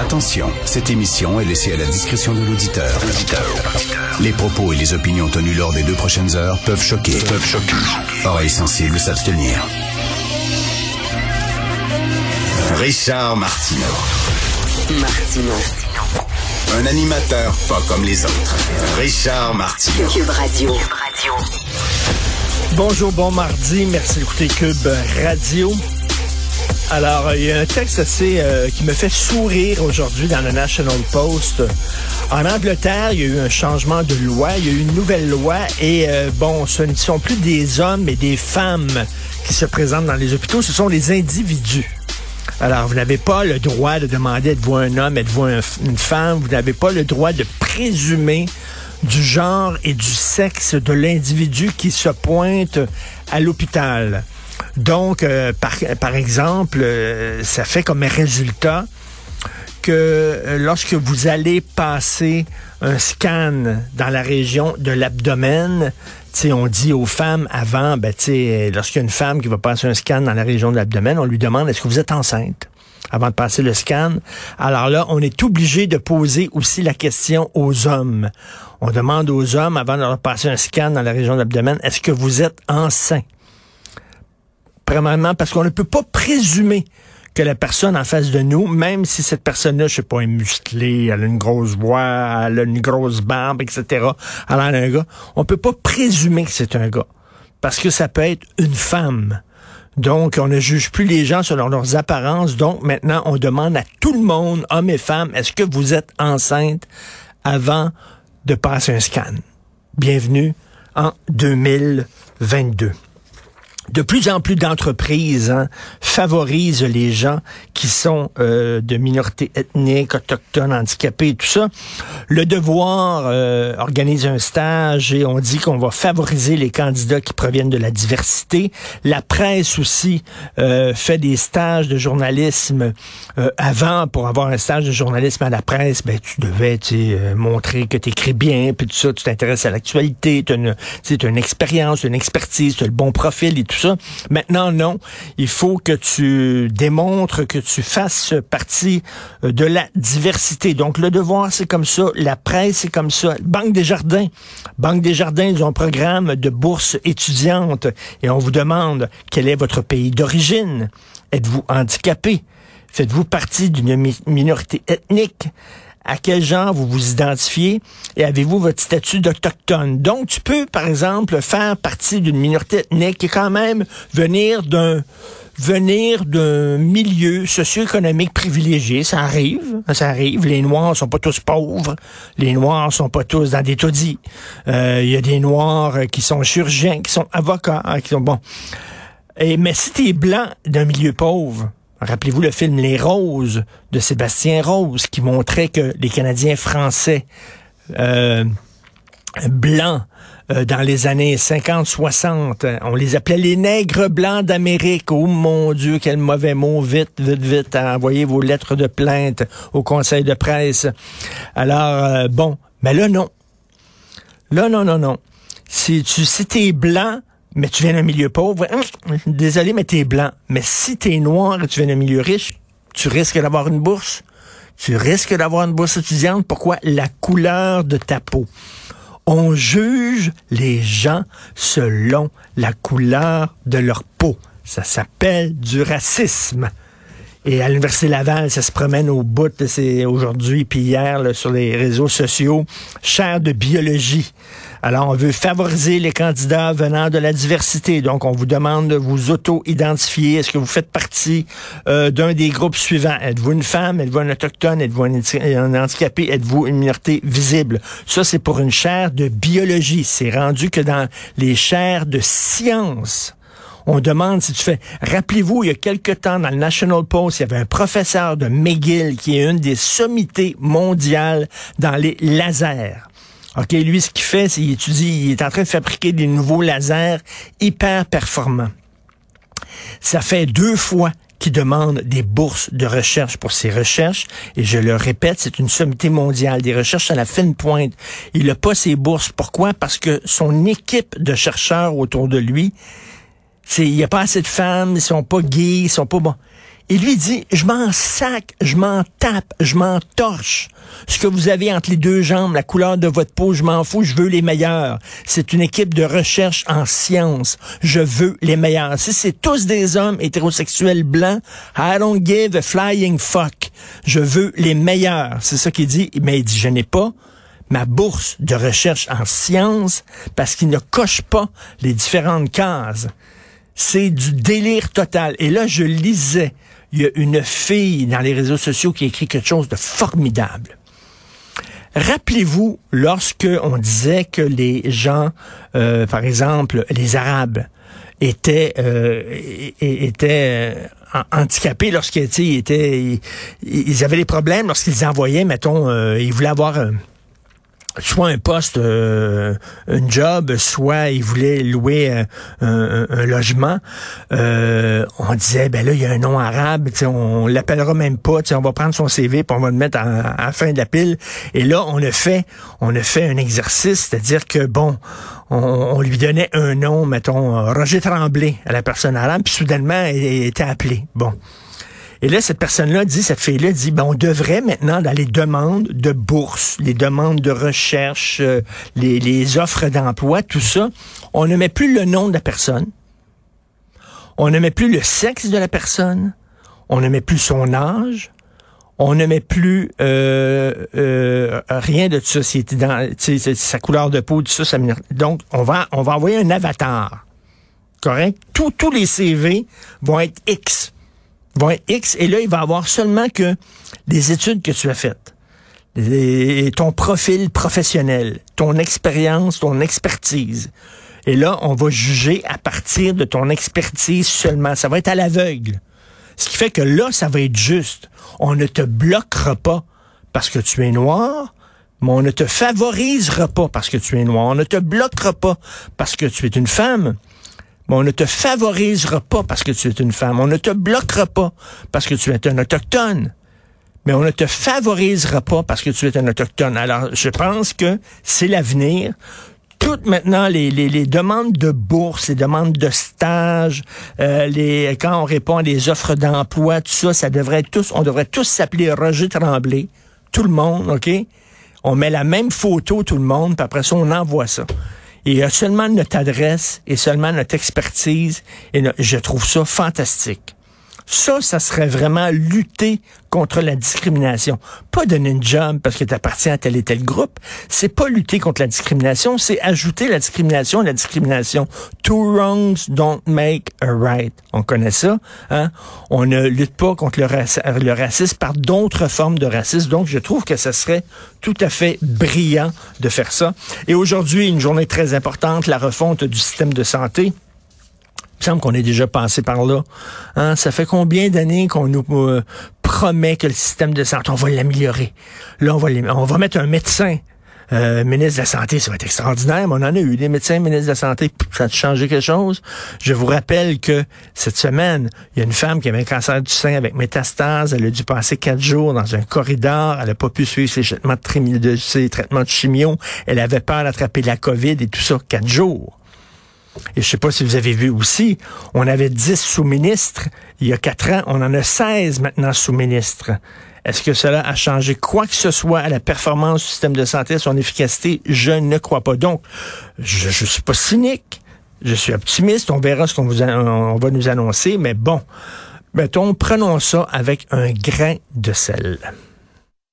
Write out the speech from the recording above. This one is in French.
Attention, cette émission est laissée à la discrétion de l'auditeur. Les propos et les opinions tenues lors des 2 prochaines heures peuvent choquer. Oreilles sensibles s'abstenir. Richard Martineau. Un animateur pas comme les autres. Richard Martineau. Cube Radio. Bonjour, bon mardi. Merci d'écouter Cube Radio. Alors, il y a un texte assez qui me fait sourire aujourd'hui dans le National Post. En Angleterre, il y a eu un changement de loi, il y a eu une nouvelle loi et ce ne sont plus des hommes mais des femmes qui se présentent dans les hôpitaux, ce sont les individus. Alors, vous n'avez pas le droit de demander êtes-vous un homme, êtes-vous une femme, vous n'avez pas le droit de présumer du genre et du sexe de l'individu qui se pointe à l'hôpital. Donc, par exemple, ça fait comme résultat que lorsque vous allez passer un scan dans la région de l'abdomen, on dit aux femmes avant, lorsqu'il y a une femme qui va passer un scan dans la région de l'abdomen, on lui demande est-ce que vous êtes enceinte avant de passer le scan. Alors là, on est obligé de poser aussi la question aux hommes. On demande aux hommes avant de leur passer un scan dans la région de l'abdomen, est-ce que vous êtes enceinte? Premièrement, parce qu'on ne peut pas présumer que la personne en face de nous, même si cette personne-là, je sais pas, est musclée, elle a une grosse voix, elle a une grosse barbe, etc., elle a un gars, on peut pas présumer que c'est un gars. Parce que ça peut être une femme. Donc, on ne juge plus les gens selon leurs apparences. Donc, maintenant, on demande à tout le monde, hommes et femmes, est-ce que vous êtes enceinte avant de passer un scan? Bienvenue en 2022. De plus en plus d'entreprises favorisent les gens qui sont de minorités ethniques, autochtones, handicapés et tout ça. Le Devoir organise un stage et on dit qu'on va favoriser les candidats qui proviennent de la diversité. La presse aussi fait des stages de journalisme. Avant, pour avoir un stage de journalisme à la presse, tu devais montrer que tu écris bien, puis tout ça, tu t'intéresses à l'actualité, tu as une expérience, une expertise, tu as le bon profil et tout ça. Maintenant, non. Il faut que tu démontres que tu fasses partie de la diversité. Donc, le Devoir, c'est comme ça. La presse, c'est comme ça. Banque des Jardins, ils ont un programme de bourse étudiante et on vous demande quel est votre pays d'origine. Êtes-vous handicapé? Faites-vous partie d'une minorité ethnique? À quel genre vous vous identifiez et avez-vous votre statut d'autochtone. Donc, tu peux, par exemple, faire partie d'une minorité ethnique et quand même venir d'un milieu socio-économique privilégié. Ça arrive. Les Noirs sont pas tous pauvres. Les Noirs sont pas tous dans des taudis. Il y a des Noirs qui sont chirurgiens, qui sont avocats, qui sont bons. Mais si t'es blanc d'un milieu pauvre, rappelez-vous le film Les Roses de Sébastien Rose qui montrait que les Canadiens français blancs dans les années 50-60, on les appelait les nègres blancs d'Amérique. Oh mon Dieu, quel mauvais mot. Vite, envoyez vos lettres de plainte au conseil de presse. Alors, mais là, non. Non. Si t'es blanc, mais tu viens d'un milieu pauvre, désolé, mais t'es blanc. Mais si t'es noir et tu viens d'un milieu riche, tu risques d'avoir une bourse. Tu risques d'avoir une bourse étudiante. Pourquoi? La couleur de ta peau. On juge les gens selon la couleur de leur peau. Ça s'appelle du racisme. Et à l'Université Laval, ça se promène au bout, c'est aujourd'hui puis hier là, sur les réseaux sociaux, chaire de biologie. Alors, on veut favoriser les candidats venant de la diversité. Donc, on vous demande de vous auto-identifier. Est-ce que vous faites partie d'un des groupes suivants? Êtes-vous une femme? Êtes-vous un autochtone? Êtes-vous un handicapé? Êtes-vous une minorité visible? Ça, c'est pour une chaire de biologie. C'est rendu que dans les chaires de sciences, on demande si tu fais... Rappelez-vous, il y a quelque temps, dans le National Post, il y avait un professeur de McGill qui est une des sommités mondiales dans les lasers. OK, lui, ce qu'il fait, c'est il est en train de fabriquer des nouveaux lasers hyper performants. Ça fait 2 fois qu'il demande des bourses de recherche pour ses recherches. Et je le répète, c'est une sommité mondiale, des recherches à la fine pointe. Il n'a pas ses bourses. Pourquoi? Parce que son équipe de chercheurs autour de lui, il n'y a pas assez de femmes, ils sont pas gays, ils sont pas bons. Et lui dit, je m'en sac, je m'en tape, je m'en torche. Ce que vous avez entre les deux jambes, la couleur de votre peau, je m'en fous, je veux les meilleurs. C'est une équipe de recherche en sciences. Je veux les meilleurs. Si c'est tous des hommes hétérosexuels blancs, I don't give a flying fuck. Je veux les meilleurs. C'est ça qu'il dit. Mais il dit, je n'ai pas ma bourse de recherche en sciences parce qu'il ne coche pas les différentes cases. C'est du délire total. Et là, je lisais, il y a une fille dans les réseaux sociaux qui a écrit quelque chose de formidable. Rappelez-vous, lorsque on disait que les gens, par exemple, les Arabes, étaient handicapés lorsqu'ils ils avaient des problèmes lorsqu'ils envoyaient, mettons, ils voulaient avoir soit un poste, un job, soit ils voulaient louer un logement. On disait, ben là, il y a un nom arabe, on l'appellera même pas, on va prendre son CV puis on va le mettre à la fin de la pile. Et là, on a fait un exercice, c'est-à-dire que, bon, on lui donnait un nom, mettons, Roger Tremblay à la personne arabe, puis soudainement, elle était appelée. Bon. Et là, cette personne-là dit, cette fille-là dit, ben, on devrait maintenant, dans les demandes de bourse, les demandes de recherche, les offres d'emploi, tout ça, on ne met plus le nom de la personne, on ne met plus le sexe de la personne, on ne met plus son âge, on ne met plus rien de tout ça. C'est dans sa couleur de peau, tout ça. Donc, on va envoyer un avatar. Correct? Tous les CV vont être X. Et là, il va avoir seulement que les études que tu as faites, ton profil professionnel, ton expérience, ton expertise. Et là, on va juger à partir de ton expertise seulement. Ça va être à l'aveugle. Ce qui fait que là, ça va être juste. On ne te bloquera pas parce que tu es noir, mais on ne te favorisera pas parce que tu es noir. On ne te bloquera pas parce que tu es une femme. Mais on ne te favorisera pas parce que tu es une femme. On ne te bloquera pas parce que tu es un autochtone. Mais on ne te favorisera pas parce que tu es un autochtone. Alors, je pense que c'est l'avenir. Toutes maintenant, les demandes de bourse, les demandes de stage, quand on répond à des offres d'emploi, tout ça, on devrait tous s'appeler Roger Tremblay. Tout le monde, OK? On met la même photo, tout le monde, puis après ça, on envoie ça. Et il y a seulement notre adresse et seulement notre expertise. Et je trouve ça fantastique. Ça serait vraiment lutter contre la discrimination. Pas donner une job parce que tu appartiens à tel et tel groupe. C'est pas lutter contre la discrimination, c'est ajouter la discrimination à la discrimination. Two wrongs don't make a right. On connaît ça, hein? On ne lutte pas contre le racisme par d'autres formes de racisme. Donc, je trouve que ça serait tout à fait brillant de faire ça. Et aujourd'hui, une journée très importante, la refonte du système de santé. Il me semble qu'on est déjà passé par là. Hein? Ça fait combien d'années qu'on nous promet que le système de santé, on va l'améliorer. Là, on va mettre un médecin ministre de la Santé. Ça va être extraordinaire, mais on en a eu des médecins ministres de la Santé. Ça a changé quelque chose? Je vous rappelle que cette semaine, il y a une femme qui avait un cancer du sein avec métastase. Elle a dû passer 4 jours dans un corridor. Elle n'a pas pu suivre ses traitements de chimio. Elle avait peur d'attraper la COVID et tout ça. 4 jours. Et je sais pas si vous avez vu aussi, on avait 10 sous-ministres il y a 4 ans, on en a 16 maintenant sous-ministres. Est-ce que cela a changé quoi que ce soit à la performance du système de santé, à son efficacité? Je ne crois pas. Donc, je suis pas cynique, je suis optimiste, on verra ce qu'on va nous annoncer, mais bon, mettons, prenons ça avec un grain de sel.